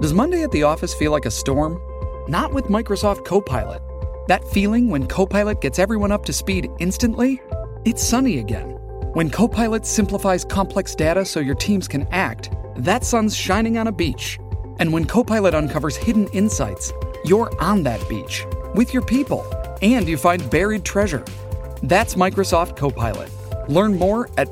Does Monday at the office feel like a storm? Not with Microsoft Copilot. That feeling when Copilot gets everyone up to speed instantly? It's sunny again. When Copilot simplifies complex data so your teams can act, that sun's shining on a beach. And when Copilot uncovers hidden insights, you're on that beach with your people, and you find buried treasure. That's Microsoft Copilot. Learn more at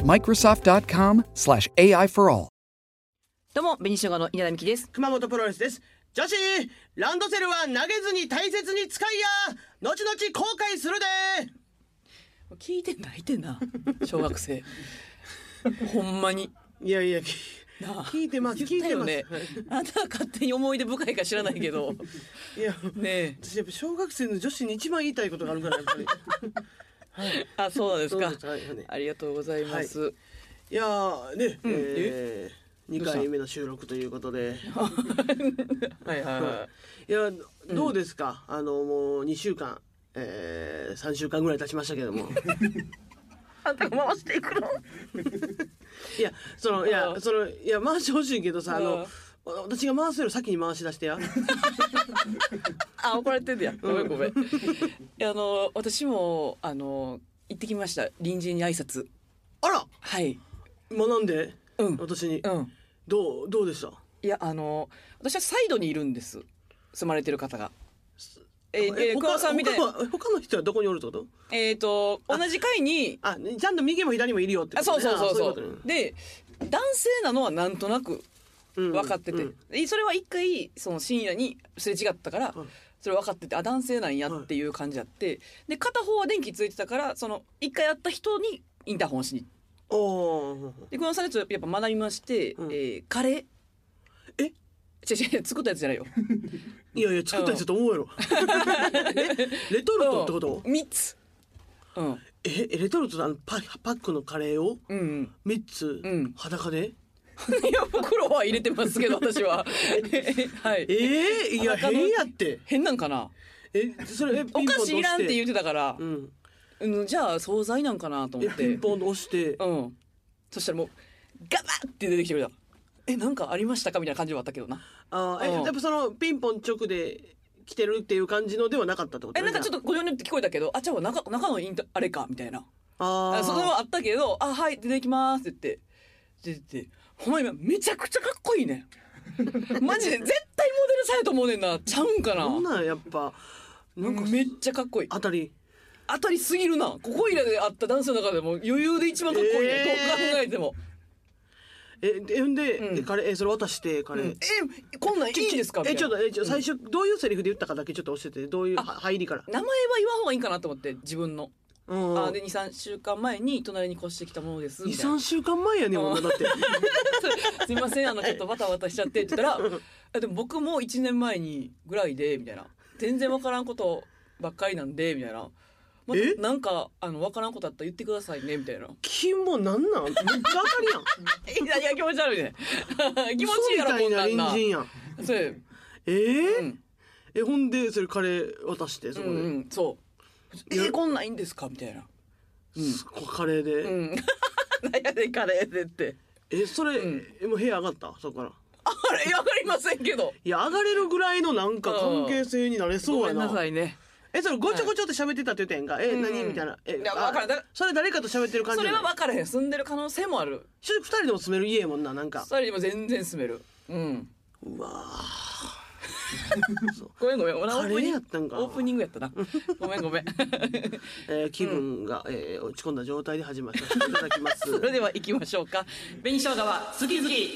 Microsoft.com/AI for all. どうも紅しょうがの稲田美希です。 熊本プロレスです。女子ランドセルは投げずに大切に使いや、後々後悔するで。 聞いてないってな小学生ほんまに。 いやいやなあ聞いてます、聞いてます、 ね、あんたは勝手に思い出深いか知らないけどいやねえ、 私やっぱ小学生の女子に一番言いたいことがあるからやっぱりはい、 あ、そうなんですか。 そうです、はい、 ありがとうございます、 はい、いやね、2回目の収録ということではいはいはい、 いやどうですか、もう2週間、3週間ぐらい経ちましたけどもあんたが回していくのいや回してほしいけどさ、私が回すより先に回し出してやあ、怒られてんだや、ごめんごめん私も行ってきました、隣人に挨拶。 あら、 はい、 学んで、 うん、 私に、 うん、 どうでした？ いや私はサイドにいるんです、住まれてる方が。桑さんみたいな他の人はどこにおるってこと？ 同じ階にちゃんと右も左もいるよってこと、ね、 そう、 ね、 で男性なのはなんとなく分かってて、それは一回その深夜にすれ違ったから、それ分かってて、男性なんやっていう感じあって、で片方は電気ついてたから、その一回会った人にインターホンしに、でこのさんでやっぱ学びまして、カレー違う作ったやつじゃないよいや作ったやつと思うやろレトルトってこと？ 3つ、 レトルトのパックのカレーを3つ、裸でいや袋は入れてますけど私ははい、 いや変やって、 変なんかな、 それお菓子いらんって言ってたから、じゃあ惣菜なんかなと思ってピンポンと押して、 そしたらもうガバッって出てきてくれた。なんかありましたかみたいな感じはあったけどな。 やっぱそのピンポン直で来てるっていう感じのではなかったってこと？ なんかちょっとごよねって聞こえたけど、じゃあ中のあれかみたいな、それはあったけど、はい出てきますって言って出て、ほんま今めちゃくちゃかっこいいねマジで絶対モデルされと思うねんな。ちゃうんかな、 そんなんやっぱなんかめっちゃかっこいい。当たりすぎるな。ここいらで会った男性の中でも余裕で一番かっこいいね、どう考えても。 カレーそれ渡してカレー、 こんなんいいんですかみたいな。 ちょっと最初どういうセリフで言ったかだけちょっと教えて。どういう入りから。 名前は言わん方がいいかなと思って、自分の。で 2,3 週間前に隣に越してきたものですみたいな。 2,3 週間前やねんもんな、だってすいませんちょっとバタバタしちゃってって言ったらでも僕も1年前にぐらいでみたいな、全然わからんことばっかりなんでみたいな、なんかわからんことあったら言ってくださいねみたいな。 キモなんめっちゃ当たりやんいや気持ち悪いね気持ちいいやろこんなんな。 隣人やんそれほんでそれカレー渡してそこで、 そうこんなんいいんですかみたいな、 カレーで、 何やねんカレーでって。 それ、もう部屋上がった？そこから上がりませんけど。 いや上がれるぐらいのなんか関係性になれそうやな。 ごめんなさいね。 それごちょごちょって喋ってたって言ったやんか。何みたいな。それ誰かと喋ってる感じ？ それは分からへん。住んでる可能性もある。 2人でも住める家やもんな。なんか 2人でも全然住める。 うわごめんカレーやったんか。 オープニングやったなごめん気分が落ち込んだ状態で始まらせていただきますそれでは行きましょうか。紅生姜は好き好き。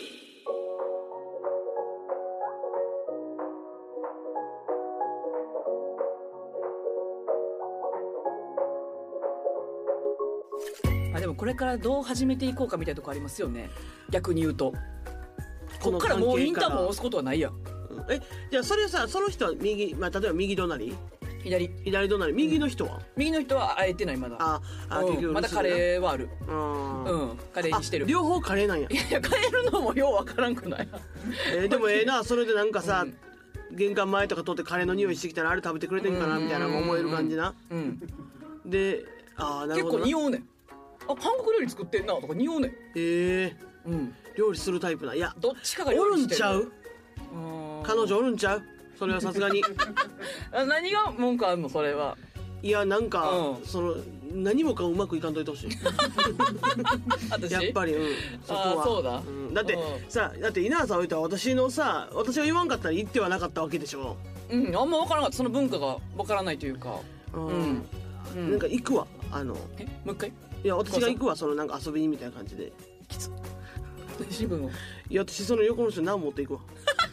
でもこれからどう始めていこうかみたいなとこありますよね、逆に言うと。こっからもうインターホン押すことはないやん。 じゃあそれさ、その人は右、例えば右隣左隣、右の人は会えてない。まだまだカレーはある。カレーにしてる。 両方カレーなんや。 いやカレーのもようわからんくない？ でもな、それでなんかさ、玄関前とか通ってカレーの匂いしてきたらあれ食べてくれてんかなみたいな思える感じな。でなるほどな。結構匂うねん。韓国料理作ってんなとか匂うねん。 料理するタイプな。いやどっちかが料理してる。 おるんちゃう？ 彼女おるんちゃうそれはさすがに何が文句あんのそれは。 いやなんか、その何もかうまくいかんといてほしい私やっぱり、そこはそうだ、 だってさ、だって稲葉さん言ったら私が言わんかったら言ってはなかったわけでしょ。 あんま分からなかった。その文化が分からないというか。 なんか行くわもう一回。 いや私が行くわ、そのなんか遊びにみたいな感じで。 きつ。何しに来んの？ いや私その横の人何持っていくわ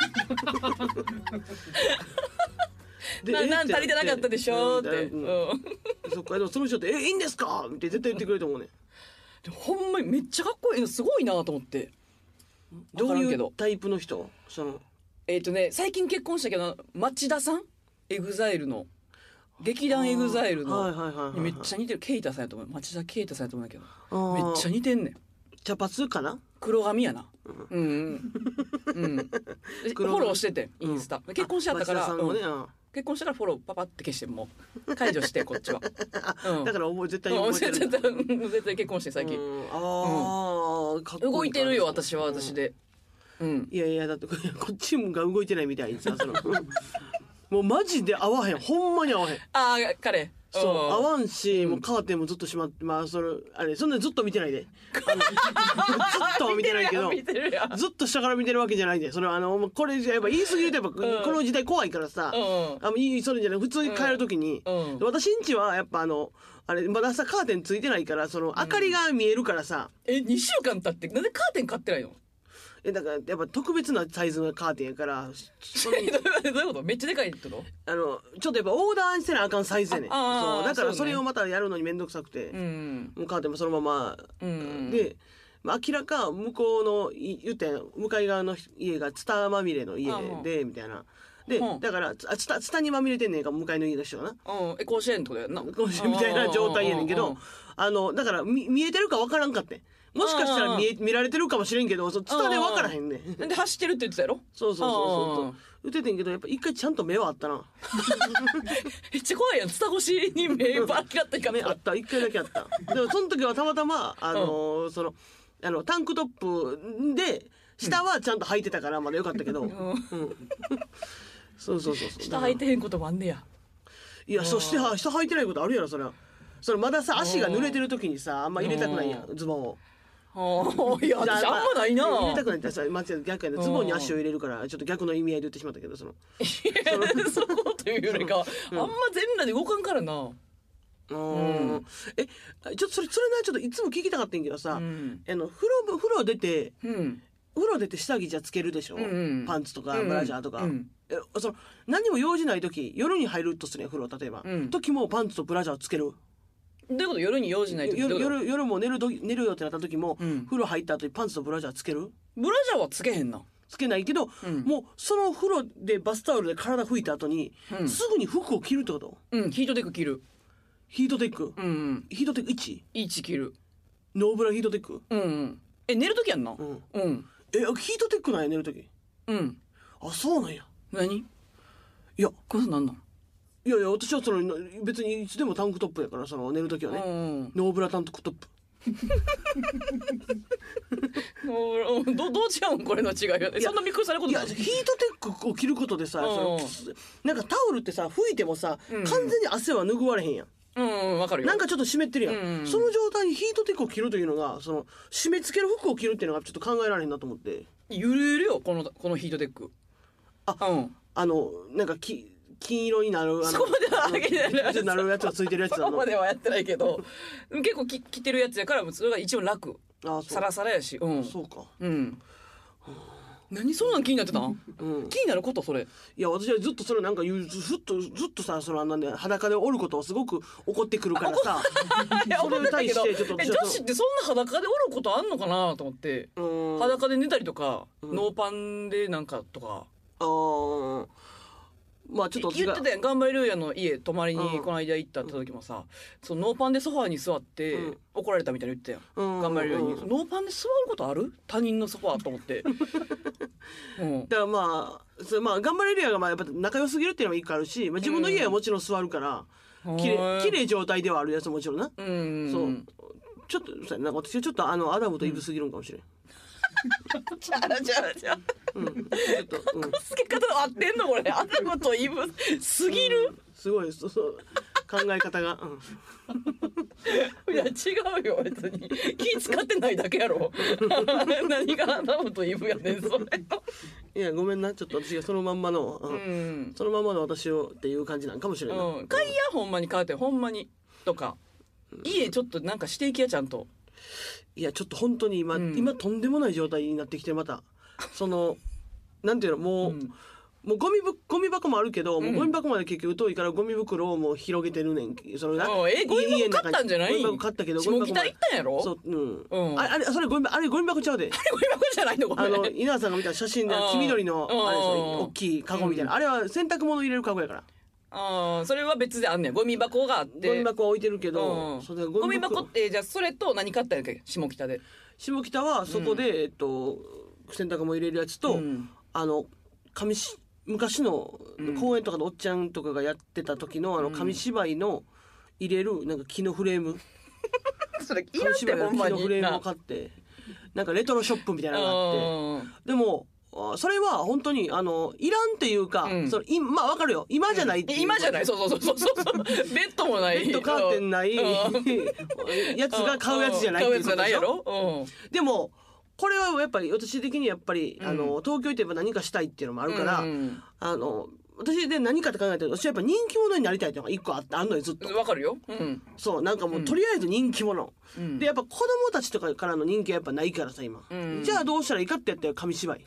なん足りてなかったでしょって。 そっか。でもその人っていいんですかって絶対言ってくれると思うね。 でもほんまにめっちゃかっこいいの、すごいなと思って。 どういうタイプの人？その最近結婚したけど町田さん、エグザイルの劇団エグザイルのめっちゃ似てる。ケイタさんやと思う。町田ケイタさんやと思うんだけどめっちゃ似てんねん。 茶髪かな？ 黒髪やな。フォローしててインスタ。結婚しちゃったから。結婚したからフォローパパって消してもう解除してこっちは。 だから絶対覚えてる。 絶対結婚して最近。動いてるよ私は私で。 いやだってこっちが動いてないみたいにさ、もうマジで合わへん、ほんまに合わへん。 彼そう合わんし、もうカーテンもずっと閉まって、まあそんなずっと見てないで、ずっとは見てないけどずっと下から見てるわけじゃないで、これやっぱ言い過ぎるとやっぱこの時代怖いからさ、それじゃない、普通に帰る時に、私んちはやっぱまださカーテンついてないから、明かりが見えるからさ。 2週間経ってなんでカーテン買ってないの？ だからやっぱ特別なサイズのカーテンやからどういうこと？めっちゃでかいってこと？ ちょっとやっぱオーダーしてなあかんサイズやねん。そうだからそれをまたやるのにめんどくさくて、もうカーテンもそのまま、で、明らか向こうの言って向かい側の家がツタまみれの家でみたいな。でだからツタにまみれてんねんか向かいの家の人がな。 甲子園ってことやな。 甲子園みたいな状態やねんけど、だから見えてるか分からんかって。もしかしたら見られてるかもしれんけど、ツタで分からへんねん。 で走ってるって言ってたやろ？ そう言っててんけど、やっぱ一回ちゃんと目はあったな。 めっちゃ怖いやん。ツタ越しに目バッキラってかった。 目あった、一回だけあった。でもその時はたまたまタンクトップで下はちゃんと履いてたからまだよかったけど、そう下履いてへんこともあんねや。 いや、下履いてないことあるやろそれは。まださ足が濡れてる時にさあんま入れたくないやんズボンを。 いや私あんまないな。 入れたくないってさ、逆やな、ズボンに足を入れるからちょっと逆の意味合いで言ってしまったけど、そこというよりかはあんま全裸で動かんからな。 ちょっとそれなちょっといつも聞きたかったんけどさ、風呂出て下着じゃつけるでしょ、パンツとかブラジャーとか。何も用事ない時、夜に入るとするやん風呂、例えば時もパンツとブラジャーつける。 どういうこと？夜に用事ない時？ 夜も寝るよってなった時も、風呂入った後にパンツとブラジャーつける？ ブラジャーはつけへんな。 つけないけど、もうその風呂でバスタオルで体拭いた後に、すぐに服を着るってこと？ ヒートテック着る。 ヒートテックヒートテック1 着る。 ノーブラヒートテック。 寝る時やんな。 ヒートテックなんや寝る時。あ、そうなんや。 何？ いやこれなんなん？ いや私は別にいつでもタンクトップやから寝るときはね、ノーブラタンクトップ。 どう違うんこれの違いが。そんなびっくりされることない。 ヒートテックを着ることでさ、なんかタオルってさ拭いてもさ、完全に汗は拭われへんやん。 わかるよ。 なんかちょっと湿ってるやん。その状態にヒートテックを着るというのが、締め付ける服を着るっていうのがちょっと考えられへんなと思って。 ゆるゆるよこのヒートテック。 なんか金色になるそこまでは上げてないなるやつがついてるやつそこまではやってないけど結構着てるやつやからそれが一番楽。サラサラやし。 そうか。 何そんなん気になってたん？気になることそれ。 いや私はずっとずっとさ裸でおることをすごく怒ってくるからさそれに対してちょっと女子ってそんな裸でおることあんのかなと思って。裸で寝たりとかノーパンでなんかとか。まあちょっと言ってたやん。頑張れるやの家泊まりにこの間行ったって時もさ、そのノーパンでソファーに座って怒られたみたいに言ってたやん。頑張れるようにノーパンで座ることある？他人のソファーと思ってだからまあ頑張れるやがやっぱ仲良すぎるっていうのも一個あるし、自分の家はもちろん座るから綺麗状態ではあるやつもちろんな。そうちょっとなんか私はちょっとアダムとイブすぎるんかもしれん。 じゃあ。つけ方合ってんのこれ。アダムとイブすぎる。 すごいそう考え方が、 いや違うよ別に気使ってないだけやろ。何がアダムとイブやねんそれ。 いやごめんな、ちょっと私がそのまんまの、そのまんまの私をっていう感じなんかもしれない。 買いやほんまに変わってほんまにとか、家ちょっとなんかしていきやちゃんと。 いやちょっと本当に今とんでもない状態になってきて、またそのなんていうのもう。もうゴミ箱もあるけど、もうゴミ箱まで結局遠いからゴミ袋をもう広げてるねん。そのゴミ箱買ったんじゃない？ ゴミ箱買ったけど、 下北行ったんやろ？ そう、あれそれゴミ箱ちゃうで。 ゴミ箱じゃないのこれ。 稲田さんが見た写真で黄緑のあれ大きいカゴみたいな、あれは洗濯物入れるカゴやから。 それは別であんねん。ゴミ箱があって。 ゴミ箱は置いてるけど、 ゴミ箱ってじゃあそれと何買ったんやっけ？下北で。 下北はそこで洗濯物入れるやつと昔の公園とかのおっちゃんとかがやってた時の紙芝居の入れるなんか木のフレーム、 それいらんってほんまに。 木のフレームを買ってなんかレトロショップみたいなのがあって、でもそれは本当にいらんっていうか、それまあわかるよ、今じゃないっていう、 今じゃない、そうベッドもない、 ベッドカーテンないやつが買うやつじゃないっていうことでしょ。でもこれはやっぱり私的にやっぱり東京行って何かしたいっていうのもあるから、私で何かって考えてると、私はやっぱ人気者になりたいっていうのが一個あんのよ、ずっと。 わかるよ。 そうなんかもうとりあえず人気者、でやっぱ子供たちとかからの人気はやっぱないからさ今、じゃあどうしたらいいかってやったら紙芝居。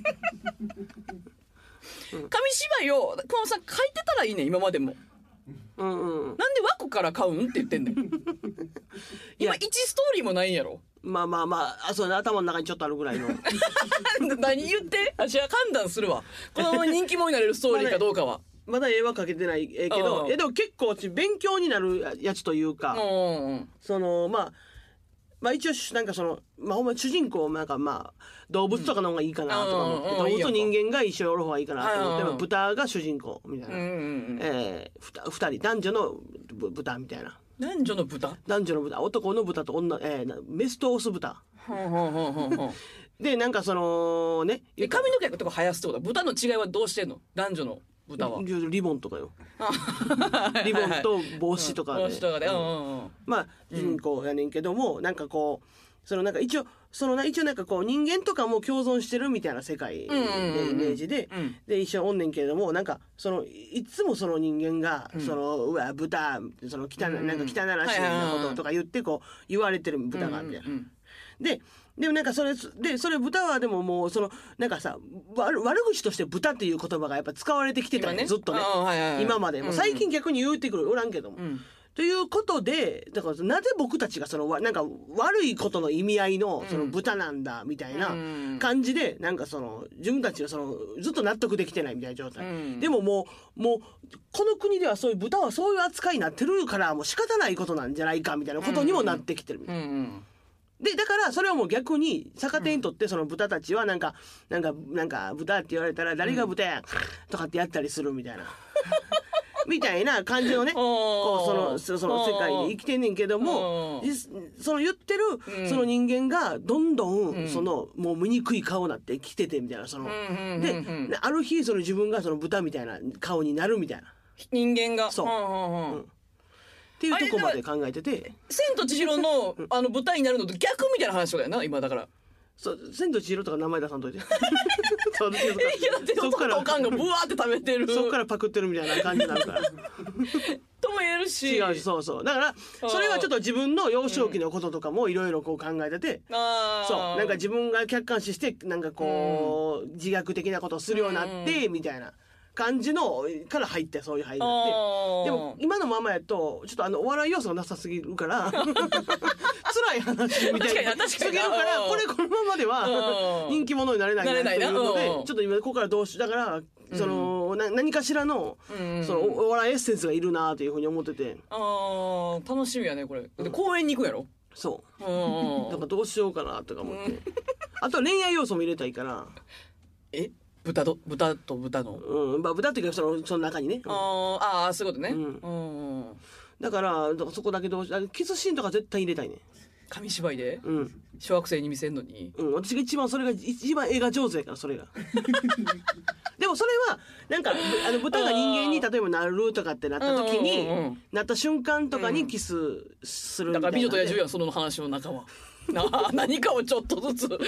紙芝居をこのさ書いてたらいいね今までも。なんで枠から買うんって言ってんねん。今1ストーリーもないんやろ。 まあそうね、頭の中にちょっとあるぐらいの。 何言って、私は判断するわ、この人気者になれるストーリーかどうかは。 まだ絵は描けてないけど、でも結構勉強になるやつというか、そのまあ一応なんかそのほんま主人公なんか動物とかの方がいいかなとか思って、動物と人間が一緒におる方がいいかなと思って、豚が主人公みたいな、2人男女の豚みたいな。 男女の豚、 男の豚と女、メスとオス豚でなんかそのね、 髪の毛とか生やすってことは豚の違いはどうしてんの？男女の豚はリボンとかよ。リボンと帽子とかで、まあ主人公やねんけども、なんかこうそのなんか一応なんかこう人間とかも共存してるみたいな世界のイメージで、で一緒におんねんけれども、なんかそのいつもその人間がそのうわ豚その汚いなんか汚らしいなこととか言ってこう言われてる豚がみたいな。でもなんかそれ豚はでももうそのなんかさ悪口として豚っていう言葉がやっぱ使われてきてたね、ずっとね、今までも最近逆に言うてくるおらんけども。ということでだからなぜ僕たちがそのなんか悪いことの意味合いのその豚なんだみたいな感じで、なんかその自分たちがそのずっと納得できてないみたいな状態、でももうこの国ではそういう豚はそういう扱いになってるからもう仕方ないことなんじゃないかみたいなことにもなってきてるみたいな。でだからそれをもう逆に逆手にとってその豚たちはなんか豚って言われたら誰が豚やとかってやったりするみたいな。みたいな感じのね、こうその世界で生きてんねんけども、その言ってるその人間がどんどんそのもう醜い顔になってきててみたいな、そのである日その自分がその豚みたいな顔になるみたいな、 人間がそうっていうとこまで考えてて、 千と千尋の豚になるのと逆みたいな話だよな今だから。 そう千と千尋とか名前出さんといて。そっからおかんがブワーって食べてる。 そっからパクってるみたいな感じになるから。 とも言えるし。 違うし、そうだからそれはちょっと自分の幼少期のこととかもいろいろこう考えてて、そうなんか自分が客観視してなんかこう自虐的なことをするようになってみたいな感じのから入ってそういう入りになって、でも今のままやとちょっとお笑い要素がなさすぎるから辛い話みたいなすぎるから、このままでは人気者になれないなというので、ちょっと今ここからどうしだからその何かしらのそのお笑いエッセンスがいるなというふうに思ってて、 楽しみやねこれ。で公園に行くやろ。 そうだからどうしようかなとか思って、あとは恋愛要素も入れたいから。 豚と豚の、 豚っていうかその中にね、 そういうことね、 だからそこだけキスシーンとか絶対入れたいね、 紙芝居で、小学生に見せんのに、 私がそれが一番絵が上手やからそれがでもそれはなんか豚が人間に例えばなるとかってなった時に、なった瞬間とかにキスするみたいな、 だから美女と野獣やんその話の中は。なあ何かをちょっとずつ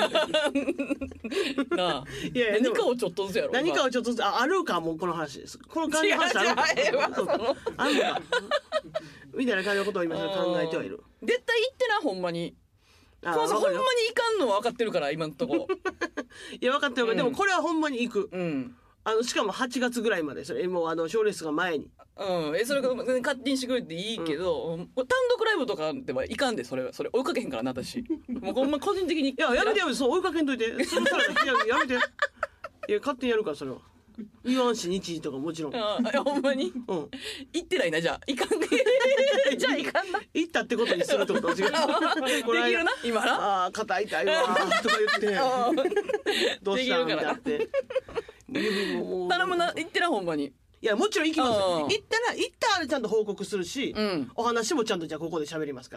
なあいや何かをちょっとずつやろ。 何かをちょっとずつあるかもうこの話ですこの感じの話あるかあるかみたいな感じのことを今考えてはいる。 絶対言ってなほんまに。ほんまにいかんのは分かってるから今んとこ。 いや分かってるけど、でもこれはほんまに行く。 うんしかも8月ぐらいまでそれもう賞レースが前に。 それが勝手にしてくれていいけど、単独ライブとかではいかんでそれ追いかけへんからな私。もうほんま個人的に。 いややめてよそう追いかけんといて。そしたらやめて。いや勝手にやるからそれは。言わんし日時とかもちろん。 ほんまに。行ってないなじゃあいかん。じゃあいかんな。 行ったってことにするってこと違う。 できるな今な。 肩痛いわとか言ってどうしたんみたいなって。 頼むな行ってなほんまに。 いやもちろん行きますよ。行ったらちゃんと報告するし、お話もちゃんとじゃあここで喋りますから。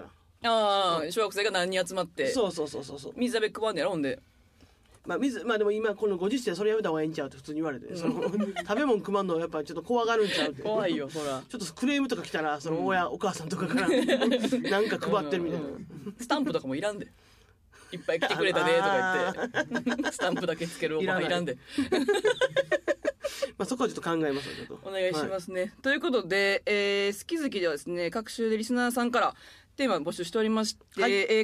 小学生が何人集まって。 そう水べっ配んねやろほんで。 まあでも今この50歳それやめた方がいいんちゃうって普通に言われて、その食べ物配んのやっぱちょっと怖がるんちゃうって。 怖いよそら。 ちょっとクレームとか来たらそのお母さんとかからなんか配ってるみたいな。 スタンプとかもいらんで。いっぱい来てくれたねとか言ってスタンプだけつけるおばはいらんで。 まあそこはちょっと考えますよ。 お願いしますね。ということで、好き好きではですね各週でリスナーさんからテーマを募集しておりまして、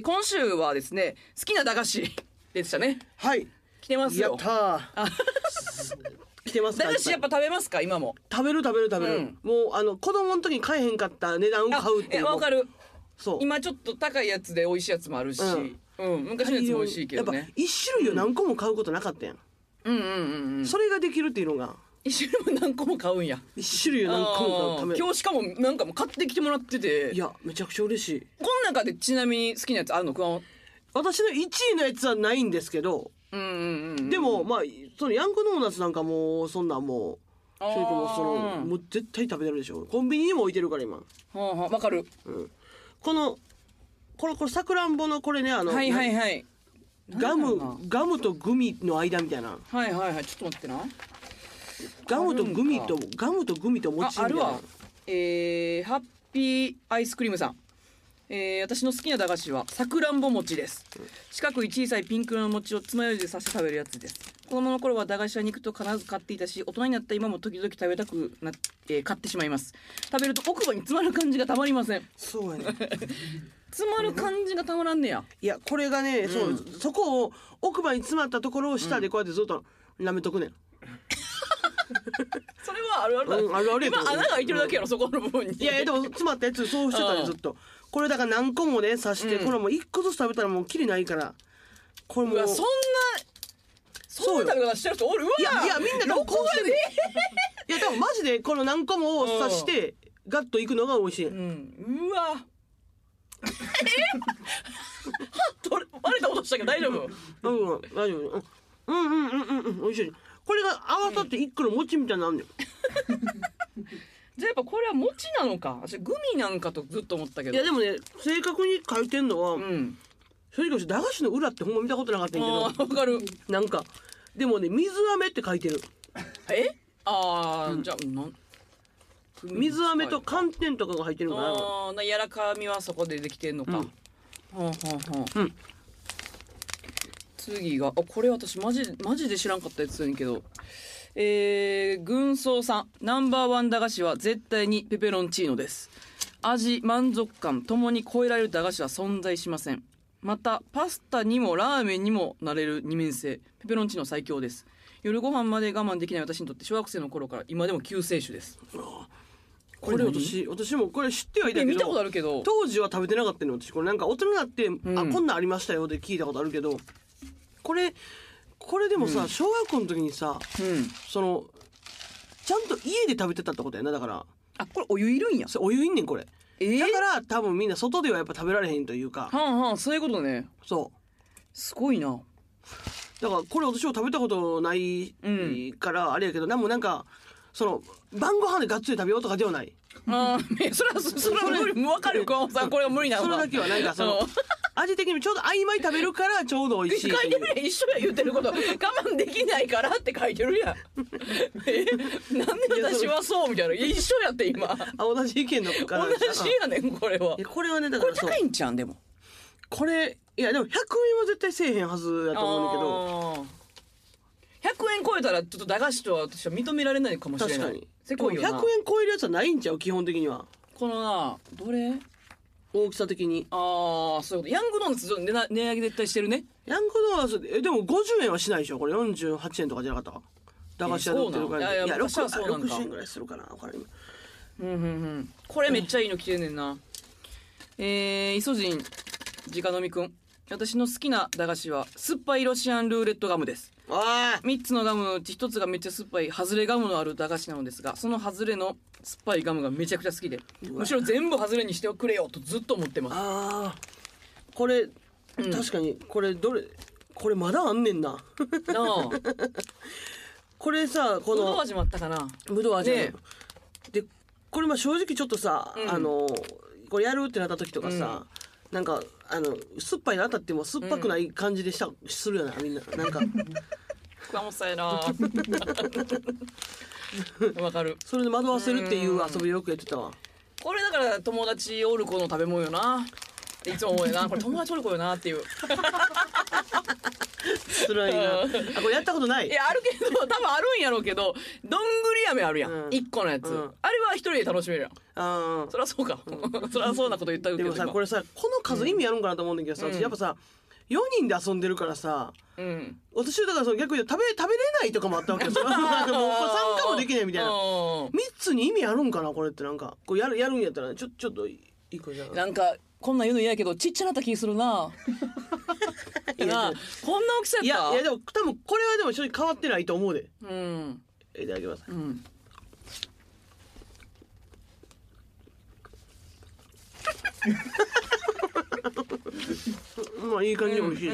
今週はですね好きな駄菓子でしたね。 はい来てますよ。 やった来てますか。 駄菓子やっぱ食べますか今も。 食べる、もう子供の時に買えへんかった値段を買うっていう。 わかる。 そう今ちょっと高いやつで美味しいやつもあるし、昔のやつも美味しいけどね。 やっぱ一種類を何個も買うことなかったやん。それができるっていうのが。 一種類も何個も買うんや。 一種類を何個も買うため。 今日しかもなんかも買ってきてもらってて。 いやめちゃくちゃ嬉しい。 この中でちなみに好きなやつあるの？ 私の1位のやつはないんですけど。でもまあそのヤングドーナツなんかもうそんなんもうそれとももう絶対食べれるでしょ。コンビニにも置いてるから今。 わかる。 これさくらんぼのこれねはいガムとグミの間みたいな。 はいちょっと待ってな。 ガムとグミと餅みたいな。 あるわ。ハッピーアイスクリームさん。私の好きな駄菓子はさくらんぼ餅です。四角い小さいピンク色の餅をつまようじで刺して食べるやつです。子供の頃は駄菓子屋に行くと必ず買っていたし、大人になった今も時々食べたくなって、買ってしまいます。食べると奥歯に詰まる感じがたまりません。 そうやね詰まる感じがたまらんねや。 いやこれがね、そこを奥歯に詰まったところを舌でこうやってずっと舐めとくねん。 それはあるあるだ。 あるあるやと今穴が開いてるだけやろそこの部分に。 いやでも詰まったやつそうしてたねずっと。これだから何個もね刺して、これもう1個ずつ食べたらもうキリないから。これもうそんな食べ方してる人おる？ いやみんな多分こうしてる。いや多分マジでこの何個も刺してガッといくのが美味しい。 うわ割れた音したけど大丈夫？ 大丈夫。美味しい。これが合わさって一個の餅みたいになるのよ。 じゃあやっぱこれは餅なのか。私グミなんかとずっと思ったけど。 いやでもね正確に書いてんのは、正直駄菓子の裏ってほんま見たことなかったんやけど。 わかる。 なんかでもね水飴って書いてる。 じゃあ水飴と寒天とかが入ってるのかな。 柔らかみはそこでできてんのか。次がこれ私マジで知らんかったやつやねんけど、軍曹さんナンバーワン駄菓子は絶対にペペロンチーノです。味満足感ともに超えられる駄菓子は存在しません。またパスタにもラーメンにもなれる二面性ペペロンチーノ最強です。夜ご飯まで我慢できない私にとって小学生の頃から今でも救世主です。 これ私もこれ知ってはいたけど見たことあるけど当時は食べてなかったの。私これなんか大人になって、こんなんありましたよで聞いたことあるけど、これでもさ、小学校の時にさ、そのちゃんと家で食べてたってことやな。だからこれお湯いるんや。 お湯いんねんこれ、だから多分みんな外ではやっぱ食べられへんというか。 そういうことね。すごいな。 だからこれ私も食べたことないからあれやけど、なんかその晩ご飯でがっつり食べようとかではない。 それは無理。分かるよ熊本さん、これは無理なの。 それだけはなんかその味的にちょうど曖昧食べるからちょうど美味しい。 書いてるやん、一緒や言ってること。我慢できないからって書いてるやん。なんで私はそうみたいな。一緒やって今。 同じ意見のから。 同じやねんこれは。 これはねだからこれ高いんちゃうんでも。 これいやでも100円は絶対せえへんはずやと思うんだけど。100円超えたらちょっと駄菓子とは私は認められないかもしれない。 確かに。 せこいよな。 100円超えるやつはないんちゃう基本的には。 このなどれ？ 大きさ的に。 そういうこと。ヤングドーナツ値上げ絶対してるね。 ヤングドーナツでも50円はしないでしょこれ。48円とかじゃなかったか。駄菓子屋で売ってるから。いや60円ぐらいするかな。分からん。 これめっちゃいいの来てんねんな。イソジン直飲みくん。私の好きな駄菓子は酸っぱいロシアンルーレットガムです。3つのガムのうち1つがめっちゃ酸っぱいハズレガムのある駄菓子なのですが、そのハズレの酸っぱいガムがめちゃくちゃ好きで、むしろ全部ハズレにしてくれよとずっと思ってます。 これ、確かにこれこれまだあんねんな。これさこのぶどう味もあったかな。 ぶどう味でこれ正直ちょっとさ、これやるってなった時とかさ、なんか酸っぱいの当たっても酸っぱくない感じでするよなみんな。なんか熊本さんやな。わかる。 それで惑わせるっていう遊びよくやってたわ。 これだから友達おる子の食べ物よなっていつも思うよな。これ友達おる子よなっていう。 辛いな。これやったことない。 いやあるけど多分あるんやろうけど、どんぐり飴あるやん、1個のやつ、あれは一人で楽しめるやん。そりゃそうか。そりゃそうなこと言ったけど。 でもさこれさこの数意味あるんかなと思うんだけどさ、やっぱさ4人で遊んでるからさ、私だからその逆に食べれないとかもあったわけよ。もうこれ参加もできないみたいな。3つに意味あるんかなこれって。なんかこうやるんやったらちょっといい子じゃん。なんかこんなん言うの嫌やけどちっちゃなった気するな。こんな大きさやった。 いやでも多分これはでも正直変わってないと思うで。いただきます。まあいい感じで美味しいです。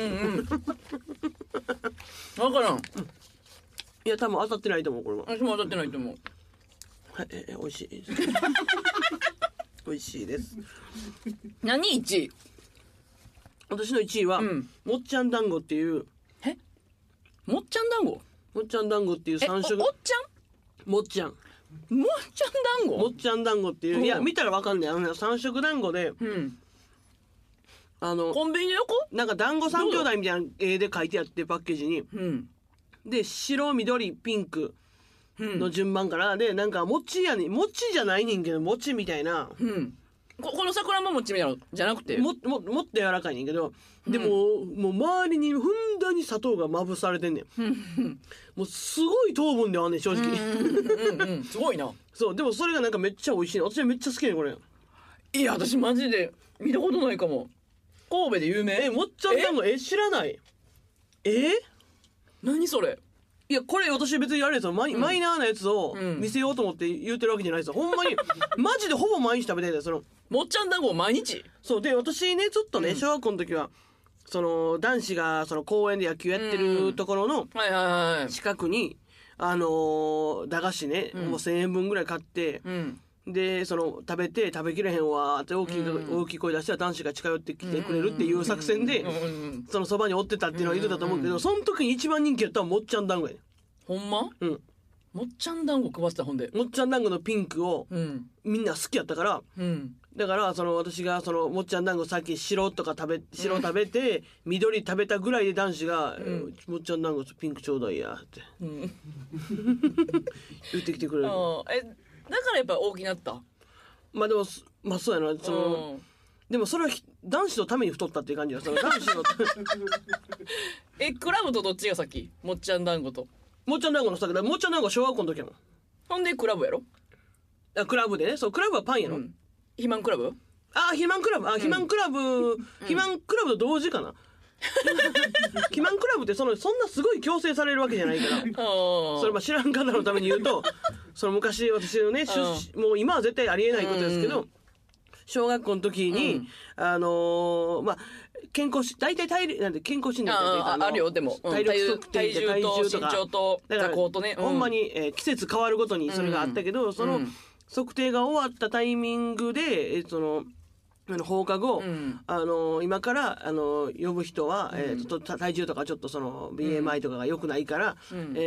分からん。 いや多分当たってないと思うこれは。 私も当たってないと思う。 はい、美味しいです。美味しいです。 何1位？ 私の1位は、もっちゃん団子っていう。 もっちゃん団子？ もっちゃん団子っていう3色。 おっちゃん？ もっちゃん。 もっちゃん団子？ もっちゃん団子っていう。いや見たらわかんない。3色団子で。 コンビニの横？ なんか団子3兄弟みたいな絵で書いてあってパッケージに。で白緑ピンクの順番からでなんか餅じゃないねんけど餅みたいな。 この桜も餅みたいなのじゃなくてもっと柔らかいねんけど、でももう周りにふんだんに砂糖がまぶされてんねん。もうすごい糖分ではあんねん正直。 すごいな。 そうでもそれがなんかめっちゃ美味しいの。私めっちゃ好きねこれ。 いや私マジで見たことないかも。神戸で有名？ もっちゃん団子知らない？ 何それ？ いやこれ私別にあれですよ、マイナーなやつを見せようと思って言ってるわけじゃないですよ。ほんまにマジでほぼ毎日食べてるんだよ。 もっちゃん団子毎日？ そうで私ねちょっとね、小学校の時はその男子がその公園で野球やってるところの近くに駄菓子ね、もう1000円分ぐらい買って、でその食べきれへんわって大きい声出したら男子が近寄ってきてくれるっていう作戦でそのそばにおってたっていうのは言ってたと思うけど、その時に一番人気やったのはもっちゃん団子やね。 ほんま？もっちゃん団子配ってた。ほんでもっちゃん団子のピンクをみんな好きやったから、だからその私がそのもっちゃん団子さっき白食べて緑食べたぐらいで男子がもっちゃん団子ピンクちょうだいやって言ってきてくれる。 だからやっぱ大きなった。 まあでもまあそうやな。でもそれは男子のために太ったっていう感じだ。その男子のクラブとどっちが先？もっちゃん団子ともっちゃん団子の先だ。もっちゃん団子は小学校の時やもん。 ほんでクラブやろ？ クラブでね。そうクラブはパンやろ。 肥満クラブ？ 肥満クラブ。肥満クラブと同時かな。肥満クラブってそんなすごい強制されるわけじゃないから。それ知らん方のために言うと、その昔私のね、もう今は絶対ありえないことですけど、 小学校の時に、まあ健康し大体なんで健康診断ってあるよでも、 体力測定体重と身とか長と座高とね、 ほんまに、季節変わるごとにそれがあったけど、その測定が終わったタイミングで、放課後、今から呼ぶ人は、体重とかちょっとその BMI とかが良くないから、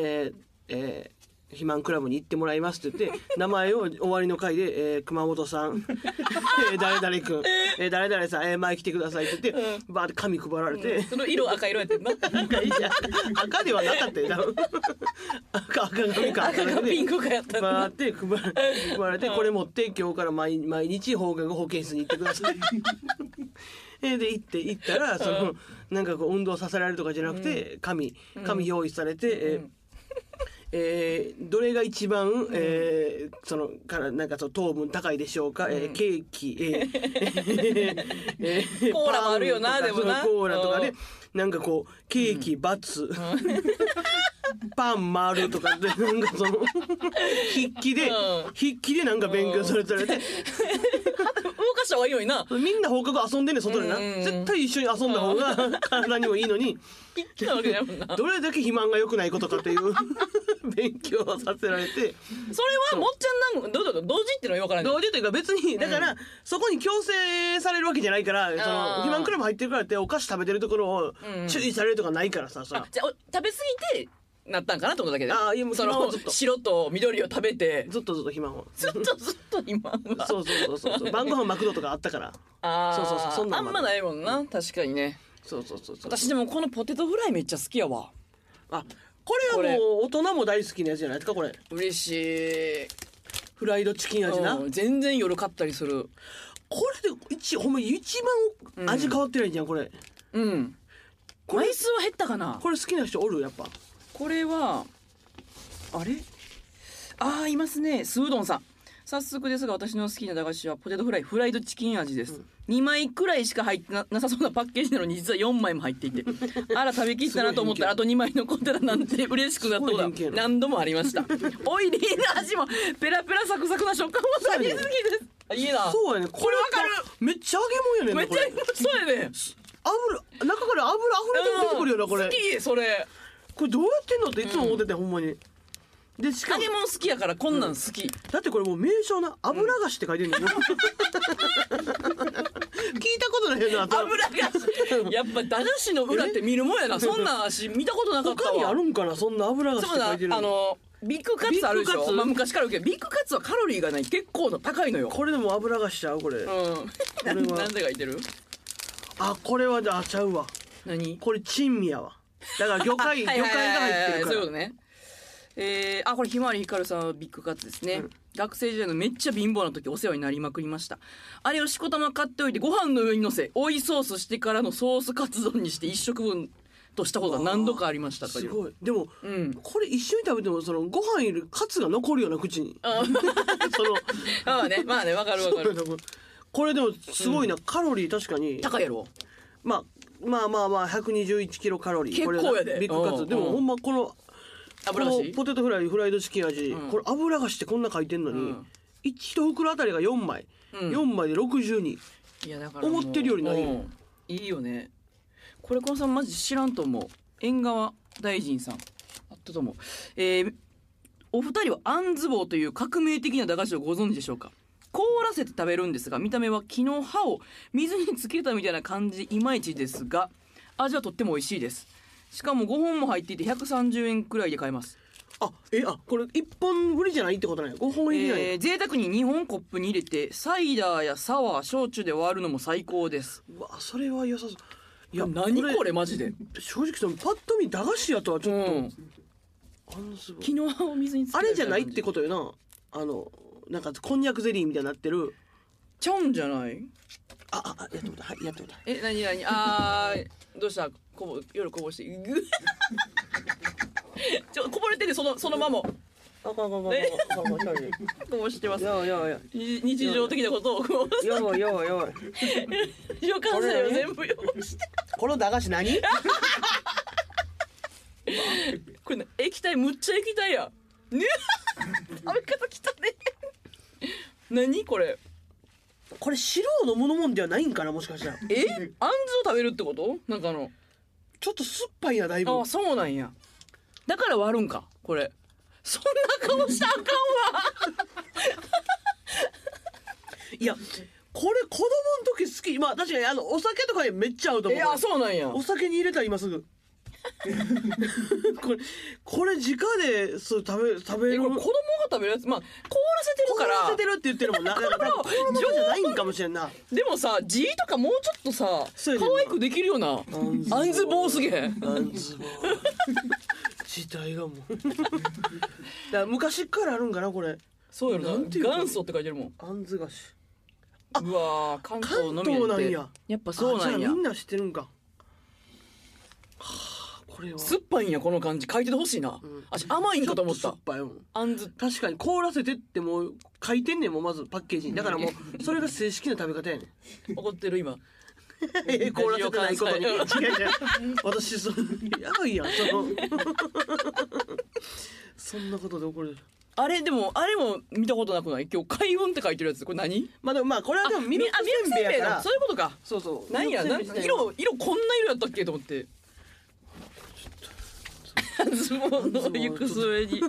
肥満クラブに行ってもらいますって言って名前を終わりの回で、熊本さん誰々君、誰々さん、前来てくださいって言って、バーって紙配られて、 その色赤色やってんな赤ではなかったよ多分赤髪か赤がピンクかやったんだバーって配られて、これ持って今日から毎日放課後保健室に行ってくださいで行ったらなんかこう運動させられるとかじゃなくて、紙用意されて、どれが一番、なんか糖分高いでしょうか、ケーキ、 コーラもあるよなでもなコーラとかで、なんかこうケーキ×、パン丸とかでなんか筆記でなんか勉強されて動かした方がいいのにな。 みんな放課後遊んでんねん外でな、絶対一緒に遊んだ方が体にもいいのに一気なわけだもんな。 どれだけ肥満が良くないことかっていう勉強をさせられて、 それはもっちゃんなんどういうこと同時っていうのは分からない。 同時というか別にだから、そこに強制されるわけじゃないから、肥満クラブ入ってるからってお菓子食べてるところを注意されるとかないからさ、 じゃあ食べ過ぎてなったんかなと思っただけで、 いやもうその白と緑を食べてずっと肥満をずっと肥満はそう晩ご飯マクドとかあったからそうそんなんあんまないもんな、確かにね。 そう私でもこのポテトフライめっちゃ好きやわ。 これはもう大人も大好きなやつじゃないですか。これ嬉しい。 フライドチキン味な、 全然夜買ったりする。 これでほんま一番味変わってないじゃんこれ。 枚数は減ったかな。 これ好きな人おる？やっぱこれはあれいますね。スードンさん、早速ですが私の好きな駄菓子はポテトフライフライドチキン味です、2枚くらいしか入って なさそうなパッケージなのに実は4枚も入っていてあら食べきったなと思ったらあと2枚残ってたなんて嬉しくなったことは何度もありましたオイリーな味もペラペラサクサクな食感も大好きです。いいな。 そうやね。これわかる。めっちゃ揚げ物やねん。 めっちゃそうやね。 中から油溢れてくるよなこれ。 好きそれ。 これどうやってんのっていつも思ってて、ほんまに。でしかも揚げ物好きやからこんなん好き、 だってこれもう名称な油菓子って書いてるの、聞いたことないよな油菓子やっぱ駄菓子の裏って見るもんやな。そんな足見たことなかったわ。 他にあるんかなそんな油菓子って書いてるの。 ビッグカツあるでしょ。昔からあるけどビッグカツはカロリーがない結構高いのよ。 これでも油菓子ちゃうこれ。 なんで書いてる？ これはちゃうわ。 何？ これ珍味やわ。だから魚介が入ってるから。 そういうことね。これひまわりひかるさんはビッグカツですね、学生時代のめっちゃ貧乏な時お世話になりまくりました。あれをしこたま買っておいてご飯の上に乗せ追いソースしてからのソースカツ丼にして1食分としたことが何度かありましたという。 すごい。でも、これ一緒に食べてもご飯いるカツが残るような口にまあねわかるこれでもすごいな、カロリー確かに高いやろ。 まあ121キロカロリー。 結構やでビッグカツでもほんまこの油菓子ポテトフライフライドチキン味、これ油菓子ってこんな書いてんのに、1袋あたりが4枚、4枚で62。 いやだから思ってるよりないよ。 いいよねこれ。このさんマジ知らんと思う。縁側大臣さんあったと思う。お二人はあんず棒という革命的な駄菓子をご存知でしょうか。凍らせて食べるんですが見た目は木の葉を水につけたみたいな感じでいまいちですが味はとっても美味しいです。しかも5本も入っていて130円くらいで買えます。 これ1本売りじゃないってことね。5本入りない。 贅沢に2本コップに入れてサイダーやサワー焼酎で割るのも最高です。 うわそれは良さそう。 いや何これマジで正直パッと見駄菓子やとはちょっと、 木の葉を水につけたあれじゃないってことよな。なんかこんにゃくゼリーみたいになってるちゃうんじゃない？ やってもらった。やってもらった。 何どうした？夜こぼしてこぼれててそのままこぼしてます。日常的なことをこぼしてやばい余感性を全部用意してこの駄菓子何これ液体むっちゃ液体やね食べ方きたね何これこれ汁を飲むもんではないんかな、もしかしたら。 あんずを食べるってこと？なんかちょっと酸っぱいな、だいぶ。 あ、そうなんや。だから割るんかこれ。そんな顔したらあかんわ。 いやこれ子供の時好き。まあ確かにお酒とかにめっちゃ合うと思う。 あ、そうなんや。 お酒に入れたら今すぐ。これ直でそう食べる。 これ子供が食べるやつ、まあ凍らせてるから。 凍らせてるって言ってるもんな。だから凍らせじゃないんかもしれんな。 でもさ、G とかもうちょっとさ可愛くできるよな。あんず棒すげえ。 あんず棒自体がもうだから昔からあるんかなこれ。 そうやろな。 なんていうの元祖って書いてるもん。 あんず菓子。 うわー、関東のみ関東やってなんや。 やっぱそうなんやじゃあみん。な知ってるんか。はあ、これは酸っぱいんやこの感じ。書いててほしいな。私甘いんかと思ったちょっと。酸っぱいもん。 あんず。 確かに凍らせてってもう書いてんねんもん、まずパッケージに。だからもうそれが正式な食べ方やねん。 怒ってる今。 凍らせてないことに。違う違う。私やばいやん。そんなことで怒る。 あれも見たことなくない？今日開運って書いてるやつ。これ何？ まあでもこれはでもミルクせんべいやから。 そういうことか。 そうそう。 なんや、なん色こんな色やったっけと思って。ズボンの行く末に。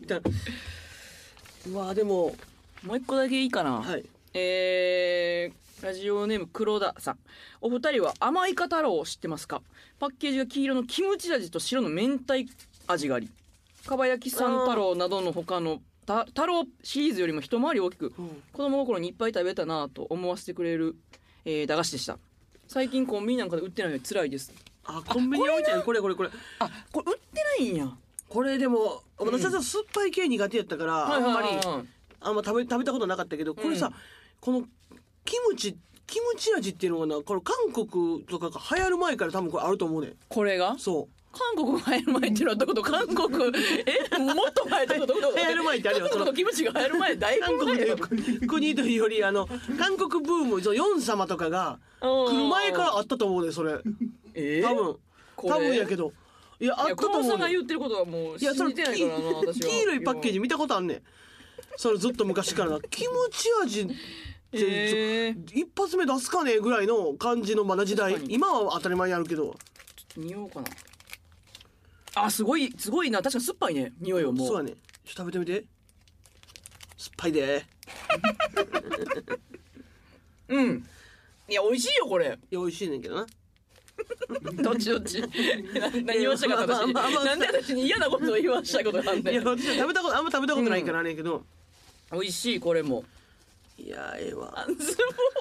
うわでももう一個だけいいかな。 はい。 ラジオネーム黒田さん。お二人は甘いか太郎を知ってますか？パッケージが黄色のキムチ味と白の明太味があり、かば焼きさん太郎などの他の太郎シリーズよりも一回り大きく、子供心にいっぱい食べたなぁと思わせてくれる、駄菓子でした。最近コンビニなんかで売ってないので辛いです。 あ、コンビニに置いてある。これあ、これ売ってないんや。 これでも私は酸っぱい系苦手やったからあんまり食べたことなかったけど、これさ、このキムチ味っていうのがな、これ韓国とかが流行る前から多分これあると思うねん。 これがそう。 韓国が流行る前っていうのはどこと？韓国もっと前ってこと？ 流行る前ってあるよ。 韓国のキムチが流行る前だいぶ前よ。 国というより韓国ブーム、ヨン様とかが来る前からあったと思うね、それ。多分やけど。いや、あったと思うね。 さんが言ってることはもう信じてないからな、私は。 黄色いパッケージ見たことあんねん。それずっと昔からな。キムチ味って一発目出すかねぐらいの感じのまだ時代。今は当たり前にあるけど。 ちょっと匂おうかな。あ、すごいな。確かに酸っぱいね、匂いはもう。 そうやね。ちょっと食べてみて。酸っぱいで。 うん。いや、美味しいよこれ。 いや、美味しいねんけどな。 どっち何言わしたかった私。なんで私に嫌なことを言わしたことなんで。 いや、私あんま食べたことないからあれやけど。 美味しいこれも。 いや、ええわ。 あんず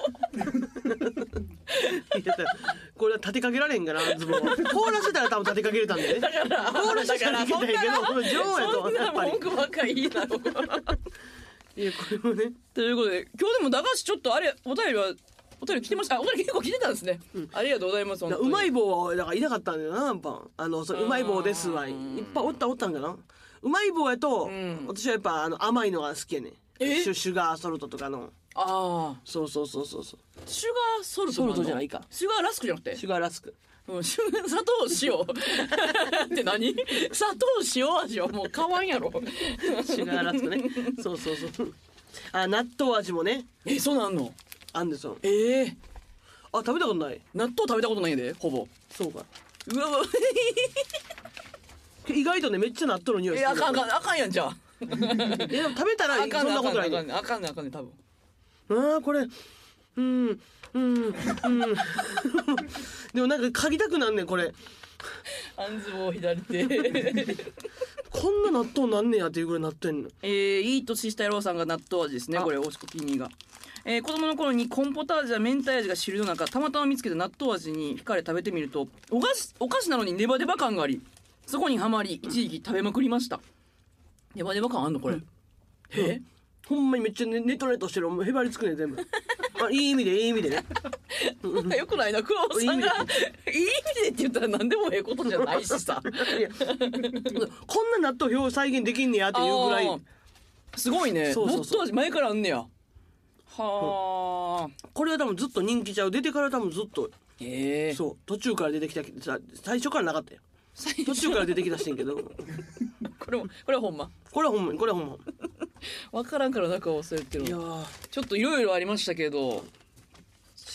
これは立てかけられんかな、ズボン。凍らせたら多分立てかけれたんでね。凍らせたらいけたんやけど、上やとやっぱり。 文句ばっかりいいな。 いや、これもね。 ということで、今日でも駄菓子ちょっとあれ、お便り来てました。お便り結構来てたんですね。ありがとうございます。 うまい棒はだからいなかったんだよな、やっぱ。うまい棒ですわ。いっぱいおったんかな。うまい棒やと、私はやっぱ甘いのが好きやね。シュガーソルトとかの。 ああ。 そう。 シュガーソルト。 ソルトじゃないか。 シュガーラスクじゃなくて。 シュガーラスク。 砂糖塩って何？砂糖塩味はもう変わんやろ。 シュガーラスクね。そう。あ、納豆味もね。 そうなんの？ あんですよ。あ、食べたことない。 納豆食べたことないんで、ほぼ。 そうか。 うわ意外とね、めっちゃ納豆の匂いする。 あかんやんじゃあ。 でも食べたらそんなことないね。 あかんね多分。 これでもなんか嗅ぎたくなんねんこれ。 あんず棒左手。 こんな納豆なんねやっていうぐらい納豆んの。 いい年した野郎さんが納豆味ですね。これおしこきにが。子供の頃にコンポタージュや明太味が主流の中、たまたま見つけた納豆味に惹かれ食べてみると、お菓子なのにネバネバ感があり、そこにはまり一時期食べまくりました。ネバネバ感あんのこれ？ ほんまにめっちゃネトしてる。へばりつくね全部。いい意味でね。 よくないな、黒尾さんがいい意味でって言ったら何でもええことじゃないしさ。 いやこんな納豆表再現できんねやっていうぐらいすごいね。 そう納豆味前からあんねや。はあ。 これは多分ずっと人気ちゃう。出てから多分ずっと。そう途中から出てきたけどさ、最初からなかったよ。途中から出てきたしてんけど。 これはほんま。 これはほんま。 分からんから中を忘れてる。 いやちょっといろいろありましたけど、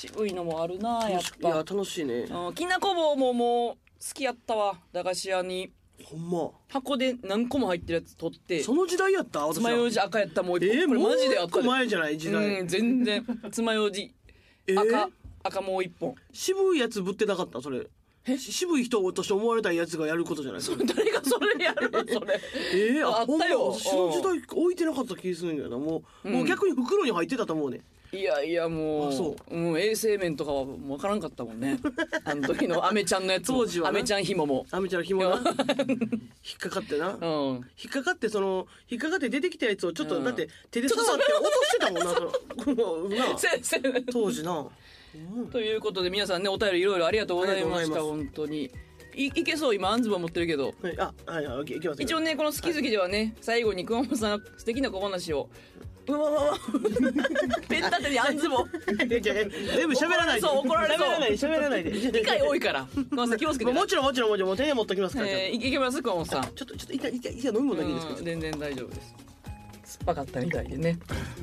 渋いのもあるなやっいやぱ。 楽しいね。 きなこ棒ももう好きやったわ。駄菓子屋にほんま箱で何個も入ってるやつ取ってその時代やった私は。 爪楊枝赤やったもう一本、これもうマジで赤で一個前じゃない時代。 全然爪楊枝赤もう一本。 渋いやつぶってなかったそれ。渋い人として思われたいやつがやることじゃない。 誰がそれやるのそれ。あったよ。 その時代置いてなかった気するんだよな。もう逆に袋に入ってたと思うね。 いやいやもう衛生面とかはもう分からんかったもんね。あの時のアメちゃんのやつも。 当時はなアメちゃん紐も。 アメちゃんの紐な引っかかってな、引っかかって引っかかって出てきたやつをちょっとだって手で触って落としてたもんなな当時な。 ということで皆さんねお便りいろいろありがとうございました。本当にいけそう。今あんずば持ってるけど、 はいいきます。 一応ねこの好き好きではね最後に熊本さんの素敵な小話をペン立てにあんずぼ全部喋らないで。 そう怒られそう喋らないで。 理解多いから熊本さん気をつけて。 もちろんもう手に持っときますから。 いけます熊本さん。 ちょっと一回飲み物だけいいですか。 全然大丈夫です。酸っぱかったみたいでね。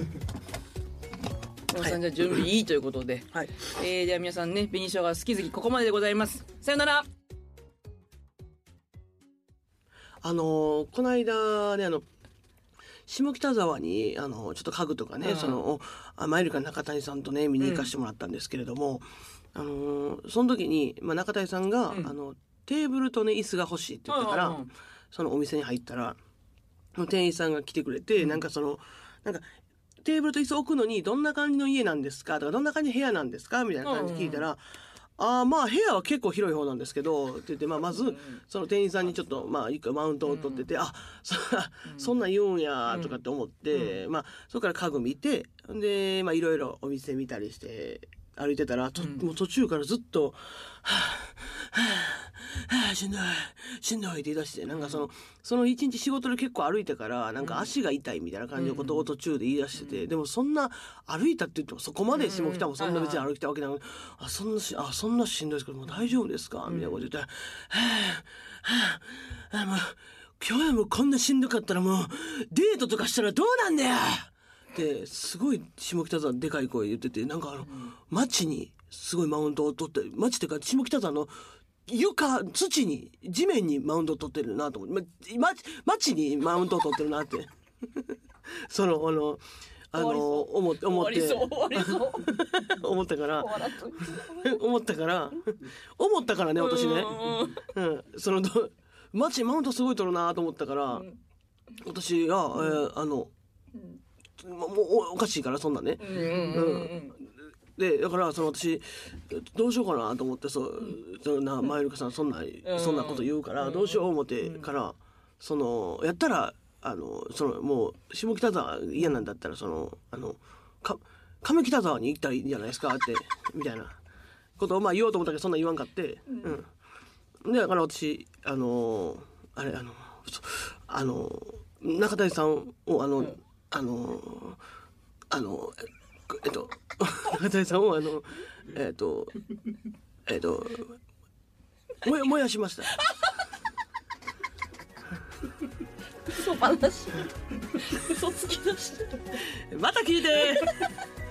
熊本さんじゃあ準備いいということで、では皆さんね紅しょうが好き好きここまででございます。さよなら。 この間ね下北沢にちょっと家具とかね、マイルカ中谷さんとね見に行かせてもらったんですけれども、その時に、中谷さんが、テーブルとね椅子が欲しいって言ったから、そのお店に入ったら店員さんが来てくれて、なんかテーブルと椅子置くのにどんな感じの家なんですかとかどんな感じの部屋なんですかみたいな感じで聞いたら、部屋は結構広い方なんですけどって言って、まずその店員さんにちょっと一回マウントを取ってて、そんなん言うんやとかって思って、そこから家具見てでいろいろお店見たりして歩いてたらもう途中からずっとしんどいって言い出して、なんかその一日仕事で結構歩いてからなんか足が痛いみたいな感じのことを途中で言い出してて、でもそんな歩いたって言ってもそこまで下北もそんな別に歩いたわけなのに、そんなしんどいですけどもう大丈夫ですかみたいなこと言ったら、もう今日もこんなしんどかったらもうデートとかしたらどうなんだよってすごい下北沢でかい声言ってて、なんか街にすごいマウントを取って、街っていうか下北沢の土に地面にマウントを取ってるなと思って、街にマウントを取ってるなって思って思ったからね私ね、街マウントすごい取るなと思ったから、私がもうおかしいからそんなね、でだから私どうしようかなと思って、マイルカさんそんなこと言うからどうしよう思ってから、やったらもう下北沢嫌なんだったら亀北沢に行ったらいいんじゃないですかってみたいなことを言おうと思ったけどそんな言わんかって、でだから私中谷さんを中谷さんを燃やしました。 嘘話嘘つき出してまた聞いて